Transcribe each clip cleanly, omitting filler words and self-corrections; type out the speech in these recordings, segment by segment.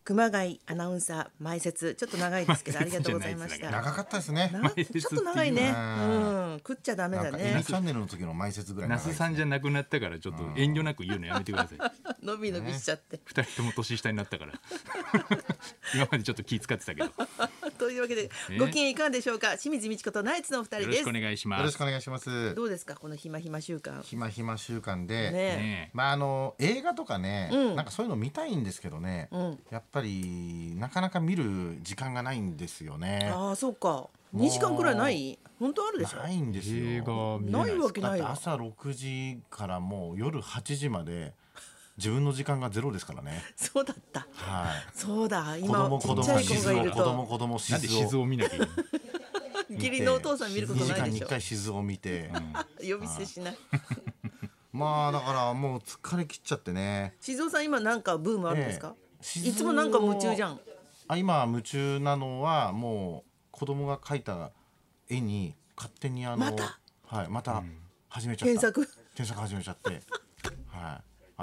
熊谷アナウンサー前説ちょっと長いですけどありがとうございました。 長かったですね。 ちょっと長いね。食っちゃダメだね。 チャンネルの時の前説ぐらい那須さんじゃなくなったからちょっと遠慮なく言うのやめてください。 伸び伸びしちゃって。 二人とも年下になったから。今までちょっと気使ってたけど。 というわけでご機嫌いかがでしょうか。清水美智子とナイツのお二人です。 よろしくお願いします。 よろしくお願いします。 どうですかこのひまひま週間。 ひまひま週間で、 ね、 映画とかね、なんかそういうの見たいんですけどね、やっぱりなかなか見る時間がないんですよね。 ああそうか。2時間くらいない？本当あるでしょ。 ないんですよ。 映画見れないわけないわ。朝6時からもう夜8時まで自分の時間がゼロですからね。 そうだった。 はい。 そうだ。今ちっちゃい子がいると。 子供なんで静を見なきゃいけない。 義理のお父さん見ることないでしょ。 2時間に1回静を見て。 呼び捨てしない。 まあだからもう疲れ切っちゃってね。 静雄さん今なんかブームあるんですか？いつもなんか夢中じゃん。 今夢中なのはもう子供が描いた絵に勝手にまた始めちゃった。添削始めちゃって、はい。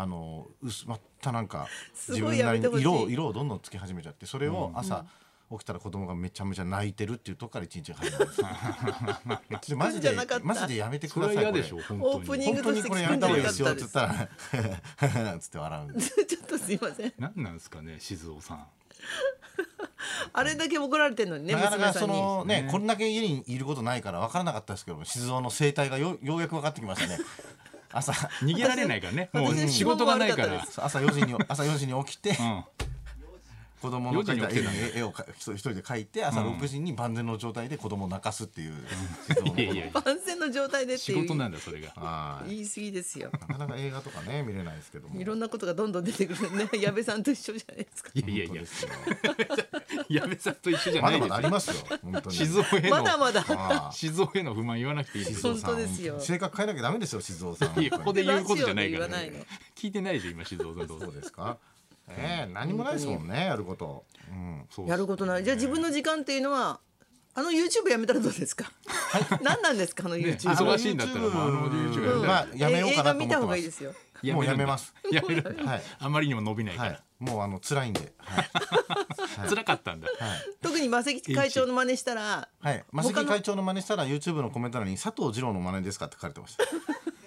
またなんか自分なりに色をどんどんつけ始めちゃって、それを朝起きたら子供がめちゃめちゃ泣いてるっていうとこから一日始まるんですマジでやめてください。 それは嫌でしょ本当に。 オープニングとしてこれやめた方がいいですよって言ったらつって笑うんです。 ちょっとすいません。 何なんですかね静雄さん。 あれだけ怒られてるのにね、 なかなか娘さんにこんだけ家にいることないから分からなかったですけど、静雄の生態がようやく分かってきましたね。朝逃げられないからね、もう仕事がないから。 朝4時に起きて、子供の描いた絵を一人で描いて、朝6時に万全の状態で子供を泣かすっていう。 万全の状態でっていう仕事なんだそれが。 言い過ぎですよ。 なかなか映画とかね見れないですけども、 いろんなことがどんどん出てくるね。矢部さんと一緒じゃないですか。 いや矢部さんと一緒じゃないです。 まだまだありますよ本当に。 静雄へのまだまだ静雄への不満言わなくていいですよ。 本当ですよ。 性格変えなきゃダメですよ静雄さん。 ここで言うことじゃないからね。聞いてないでしょ今静雄さん。 そうですか。何もないですもんねやること。 やることない。じゃあ自分の時間っていうのはYouTube やめたらどうですか。何なんですかYouTube。 忙しいんだったら YouTube やめようかなと思ってます。 映画見た方がいいですよ。 もうやめます。 やめる。あまりにも伸びないから。 もう辛いんで。 辛かったんだ。 特にマセキ会長の真似したら。 マセキ会長の真似したら YouTube のコメント欄に佐藤二郎の真似ですかって書かれてました。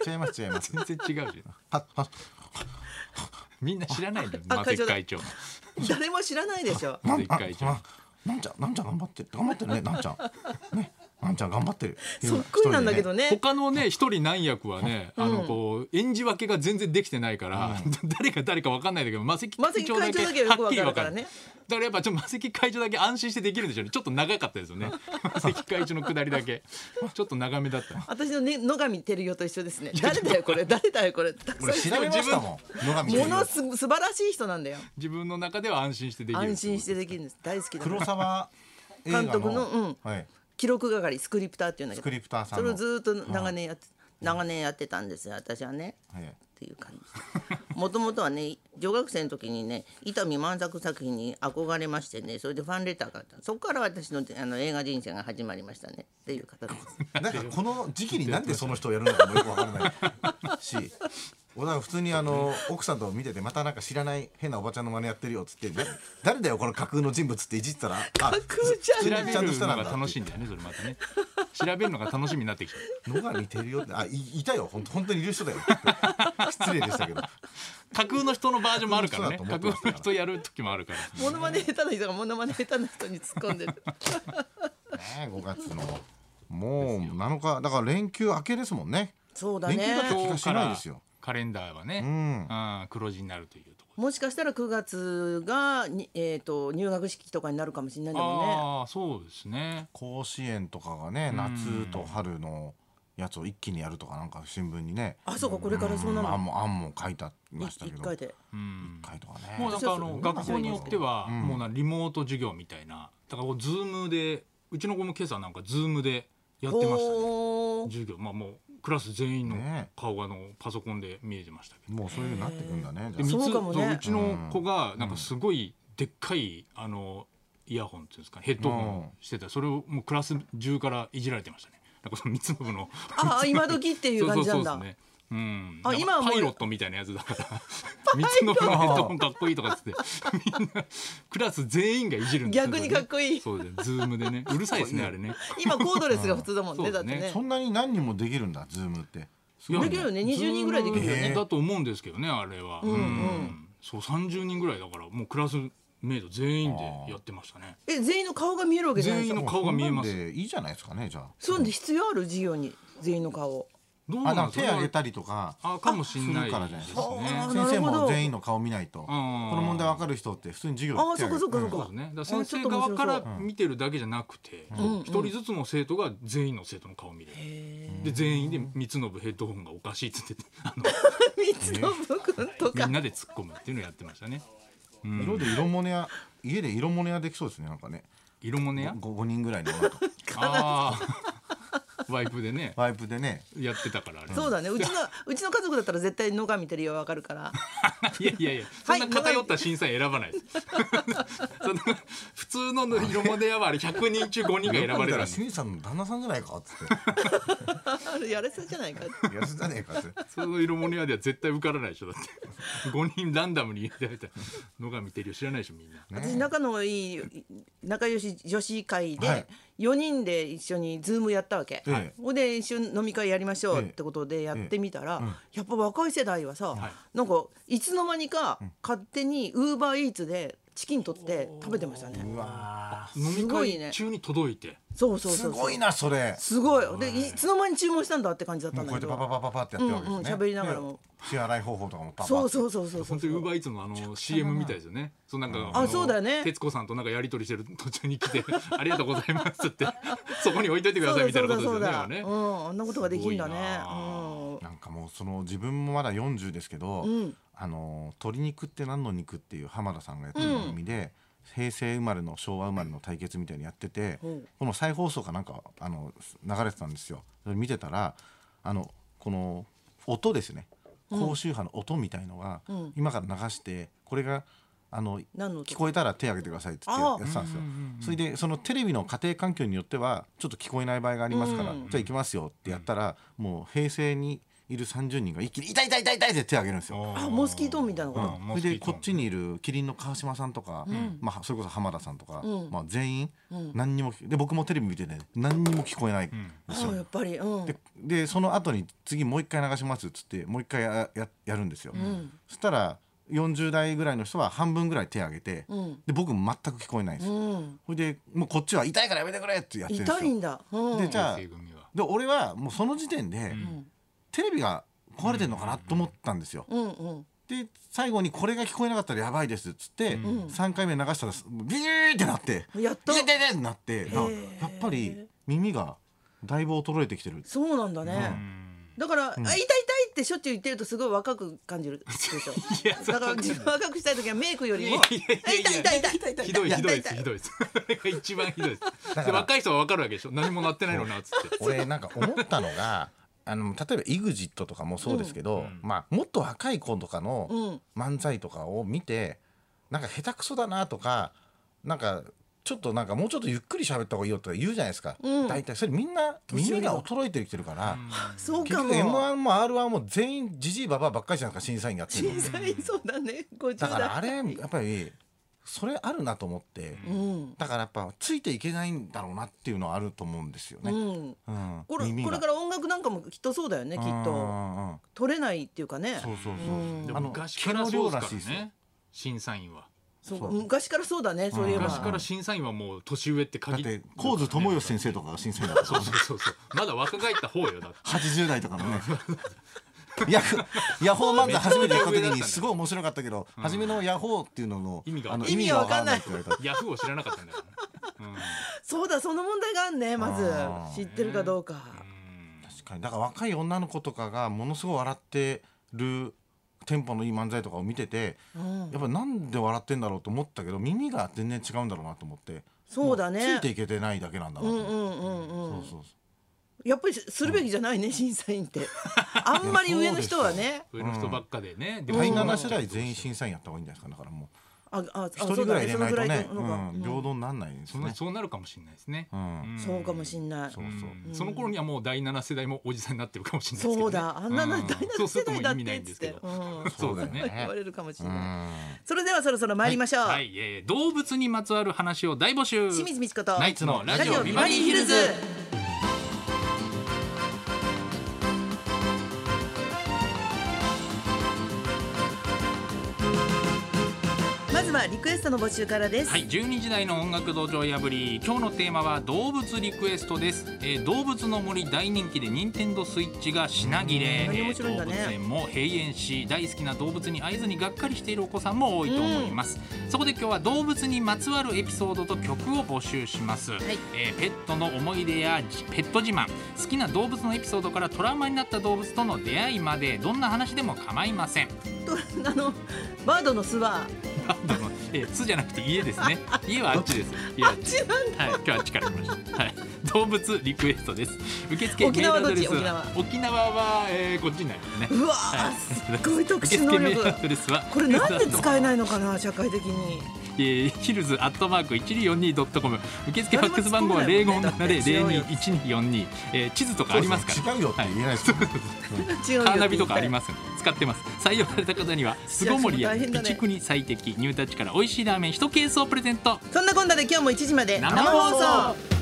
違います。 全然違うじゃん。みんな知らないんだよマセキ会長。 誰も知らないでしょ。 マセキ会長。なんちゃん頑張ってるね。なんちゃん頑張ってる。 そっくりなんだけどね。 他のね一人何役はねこう演じ分けが全然できてないから誰か分かんないんだけどマセキ会長だけはっきり分かるね。だからやっぱマセキ会長だけ安心してできるんでしょうね。ちょっと長かったですよね。マセキ会長のくだりだけちょっと長めだった。 私のね野上照代と一緒ですね。誰だよこれたくさん調べましたもん。 もの素晴らしい人なんだよ。 自分の中では安心してできる。 安心してできるんです。大好きだ。 黒沢監督の記録係スクリプターっていうんだけど、 スクリプターさんそれをずっと長年やってたんですよ私はね。っていう感じ。もともとはね女学生の時にね伊丹万作作品に憧れましてね、それでファンレターがあった。そこから私の映画人生が始まりましたねっていう形です。 なんかこの時期になんでその人をやるのかもよくわからないし、俺は普通に奥さんと見ててまたなんか知らない変なおばちゃんの真似やってるよっつって誰だよこの架空の人物っていじったら架空じゃん。 調べるのが楽しいんだよねそれまたね。調べるのが楽しみになってきた。 野が似てるよっていたよ本当にいる人だよ。失礼でしたけど。 架空の人のバージョンもあるからね。架空の人やる時もあるから。 モノマネ下手な人がモノマネ下手な人に突っ込んでる。 5月のもう7日だから連休明けですもんね。 そうだね。 連休だった気がしないですよ。 カレンダーはね、黒字になるというところ。 もしかしたら9月が入学式とかになるかもしれないんだもんね。 ああそうですね。 甲子園とかがね夏と春のやつを一気にやるとかなんか新聞にね。 そうかこれからそうなの。 案も書いてありましたけど。 1回で。 1回とかね。 もうなんか学校によってはもうリモート授業みたいな。だからズームでうちの子も今朝なんかズームでやってましたね。授業もうクラス全員の顔がパソコンで見えてましたけど。 もうそういうのになってくんだね。 そうかもね。 うちの子がなんかすごいでっかいイヤホンっていうんですかヘッドホンしてた。それをもうクラス中からいじられてましたね。なんかその三つの部の今時っていう感じなんだ。 あ、今はパイロットみたいなやつだから三つのヘッドホンかっこいいとかっつってみんなクラス全員がいじるんですよ。 逆にかっこいい。 そうです。ズームでね、うるさいですねあれね。 今コードレスが普通だもんね。だってね。 そんなに何人もできるんだ、ズームって。 できるよね。20人ぐらいできるよね。 だと思うんですけどね、あれは。そう30人ぐらいだからもうクラスメイト全員でやってましたね。 全員の顔が見えるわけじゃないですか。 全員の顔が見えます。 いいじゃないですかね、じゃあ。 そうで必要ある授業に全員の顔。 どうなん手挙げたりとかかもしれないですね。 先生も全員の顔見ないとこの問題分かる人って普通に授業で手挙げて。 そうですね。だ先生側から見てるだけじゃなくて、一人ずつの生徒が全員の生徒の顔見れる。で全員で三つのヘッドホンがおかしいっつって三つの君とかみんなで突っ込むっていうのをやってましたね。 色で色物屋、家で色物屋できそうですね、なんかね。 色物屋 5人ぐらいのワイプでねやってたから。 そうだね。うちの家族だったら絶対野上照代はわかるから。 いやそんな偏った審査員選ばないです。普通の色物屋はあれ100人中5人が選ばれる。 清水さんの旦那さんじゃないかっつって。 やらせじゃないか。 やらせじゃねえかって。 その色物屋では絶対受からないでしょ。だって5人ランダムに入れられた野上照代知らないでしょみんな。 私仲のいい仲良し女子会で4人で一緒にズームやったわけ。ほんで一緒に飲み会やりましょうってことでやってみたら、やっぱ若い世代はさ、なんかいつの間にか勝手にウーバーイーツでチキン取って食べてましたね。 飲み会中に届いて。 そうすごいなそれ。 すごい。でいつの間に注文したんだって感じだったんだけど。 こうやってパパパパパってやってるわけですね。 喋りながらも。 支払い方法とかもパパ。 そう。 本当にウーバーイーツのCM みたいですよね。そうなんかそうだよね。 徹子さんとなんかやり取りしてる途中に来てありがとうございますってそこに置いといてくださいみたいなことですよね。 あんなことができるんだね。 なんかもうその自分もまだ40ですけど、鶏肉って何の肉っていう浜田さんがやってる番組で。平成生まれの昭和生まれの対決みたいにやってて、この再放送かなんか流れてたんですよ。見てたらこの音ですね、高周波の音みたいのが今から流して、これが聞こえたら手を挙げてくださいってやってたんですよ。それでそのテレビの家庭環境によってはちょっと聞こえない場合がありますから、じゃあ行きますよってやったら、もう平成にいる30人が一気に痛いって手を挙げるんですよ。 モスキートーンみたいなこと。 それでこっちにいるキリンの川島さんとか、それこそ浜田さんとか、全員何にもで、僕もテレビ見てね何にも聞こえないんですよ。 やっぱり。 でその後に次もう一回流しますっつってもう一回やるんですよ。そしたら40代ぐらいの人は半分ぐらい手を挙げて、で僕も全く聞こえないんですよ。それでもうこっちは痛いからやめてくれってやってるんですよ。 痛いんだ。 でじゃあで俺はもうその時点で、テレビが壊れてるのかなと思ったんですよ。で最後にこれが聞こえなかったらやばいですっつって、3回目流したらビーってなってやっとってなって、やっぱり耳がだいぶ衰えてきてる。 そうなんだね。だから痛いってしょっちゅう言ってるとすごい若く感じるでしょ。だから自分若くしたい時はメイクよりも痛いひどいです一番ひどいです。若い人は分かるわけでしょ。何もなってないのなっつって。 俺なんか思ったのが例えば EXIT とかもそうですけど、もっと若い子とかの漫才とかを見て、なんか下手くそだなとか、なんかちょっとなんかもうちょっとゆっくり喋った方がいいよとか言うじゃないですか。大体それみんな耳が衰えてきてるから、 結局 M1 も R1 も全員ジジイババアばっかりじゃないですか、審査員やってるの。 審査員そうだね。 だからあれやっぱりそれあるなと思って、だからやっぱついていけないんだろうなっていうのはあると思うんですよね。 これから音楽なんかもきっとそうだよね。きっと取れないっていうかね。 でも昔からそうですからね、審査員は。 昔からそうだね。そういえば昔から審査員はもう年上って限って、 だって神津智義先生とかが審査員だった。 そうまだ若返った方よ。だって 80代とかのねヤホー漫画初めてやった時にすごい面白かったけど、初めのヤホーっていうのの意味が分かんないって言われた。 ヤフーを知らなかったんだから。 そうだ、その問題があんね。まず知ってるかどうか。 確かに。だから若い女の子とかがものすごい笑ってるテンポのいい漫才とかを見てて、やっぱなんで笑ってんだろうと思ったけど、耳が全然違うんだろうなと思って。 そうだね。 ついていけてないだけなんだなと思って。そうやっぱりするべきじゃないね、審査員って。あんまり上の人はね。 上の人ばっかでね。 第7世代全員審査員やった方がいいんじゃないですか。だからもう一人ぐらい入れないとね、平等にならないんですね。 そうなるかもしれないですね。 そうかもしれない。 その頃にはもう第7世代もおじさんになってるかもしれないですけど。 そうだ、あんな第7世代だってっつって。 そうだね。 言われるかもしれない。それではそろそろ参りましょう。 はい、動物にまつわる話を大募集。 清水美智子とナイツのラジオビバリーヒルズ。 まずはリクエストの募集からです。 はい、12時台の音楽道場破り、今日のテーマは動物リクエストです。動物の森大人気で任天堂スイッチが品切れ、動物園も閉園し、大好きな動物に会えずにがっかりしているお子さんも多いと思います。そこで今日は動物にまつわるエピソードと曲を募集します。ペットの思い出やペット自慢、好きな動物のエピソードからトラウマになった動物との出会いまで、どんな話でも構いません。 バードの巣は巣じゃなくて家ですね。家はあっちです。 あっちなんだ。 はい、今日あっちから来ました。はい、動物リクエストです。受付メールアドレスは沖縄はこっちになりますね。 うわー、すごい特殊能力。 受付メールアドレスはこれなんで使えないのかな、社会的に。 ヒルズ@1242.com、受付ファックス番号は0570021242。地図とかありますから。 違うよって言えないです。 カーナビとかありますので使ってます。採用された方には巣ごもりや備蓄に最適、ニュータッチから美味しいラーメン1ケースをプレゼント。 そんなこんなで今日も1時まで生放送。